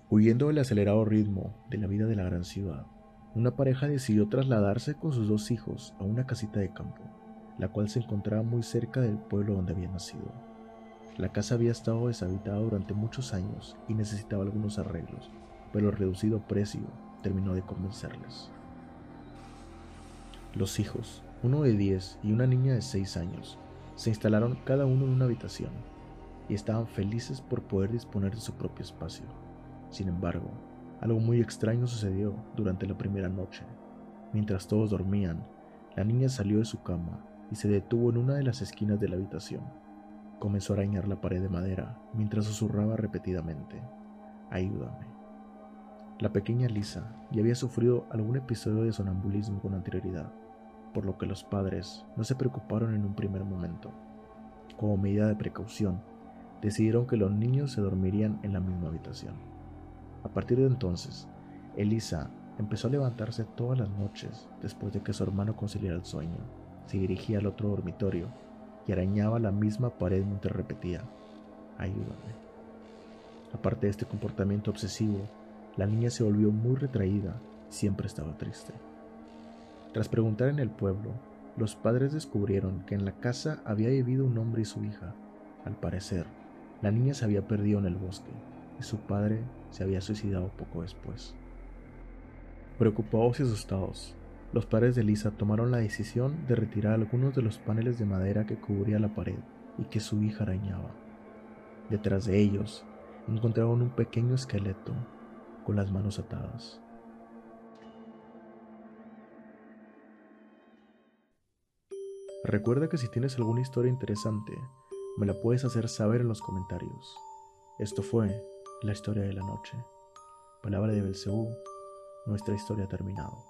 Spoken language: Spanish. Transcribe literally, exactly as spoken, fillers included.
Huyendo del acelerado ritmo de la vida de la gran ciudad, una pareja decidió trasladarse con sus dos hijos a una casita de campo, la cual se encontraba muy cerca del pueblo donde había nacido. La casa había estado deshabitada durante muchos años y necesitaba algunos arreglos, pero el reducido precio terminó de convencerles. Los hijos, uno de diez y una niña de seis años, se instalaron cada uno en una habitación y estaban felices por poder disponer de su propio espacio. Sin embargo, algo muy extraño sucedió durante la primera noche. Mientras todos dormían, la niña salió de su cama y se detuvo en una de las esquinas de la habitación. Comenzó a arañar la pared de madera mientras susurraba repetidamente: «Ayúdame». La pequeña Lisa ya había sufrido algún episodio de sonambulismo con anterioridad, por lo que los padres no se preocuparon en un primer momento. Como medida de precaución, decidieron que los niños se dormirían en la misma habitación. A partir de entonces, Elisa empezó a levantarse todas las noches después de que su hermano conciliara el sueño. Se dirigía al otro dormitorio y arañaba la misma pared mientras repetía: «Ayúdame». Aparte de este comportamiento obsesivo, la niña se volvió muy retraída y siempre estaba triste. Tras preguntar en el pueblo, los padres descubrieron que en la casa había vivido un hombre y su hija. Al parecer, la niña se había perdido en el bosque y su padre se había suicidado poco después. Preocupados y asustados, los padres de Lisa tomaron la decisión de retirar algunos de los paneles de madera que cubría la pared y que su hija arañaba. Detrás de ellos, encontraron un pequeño esqueleto con las manos atadas. Recuerda que si tienes alguna historia interesante, me la puedes hacer saber en los comentarios. Esto fue La Historia de la Noche. Palabra de Belcebú, nuestra historia ha terminado.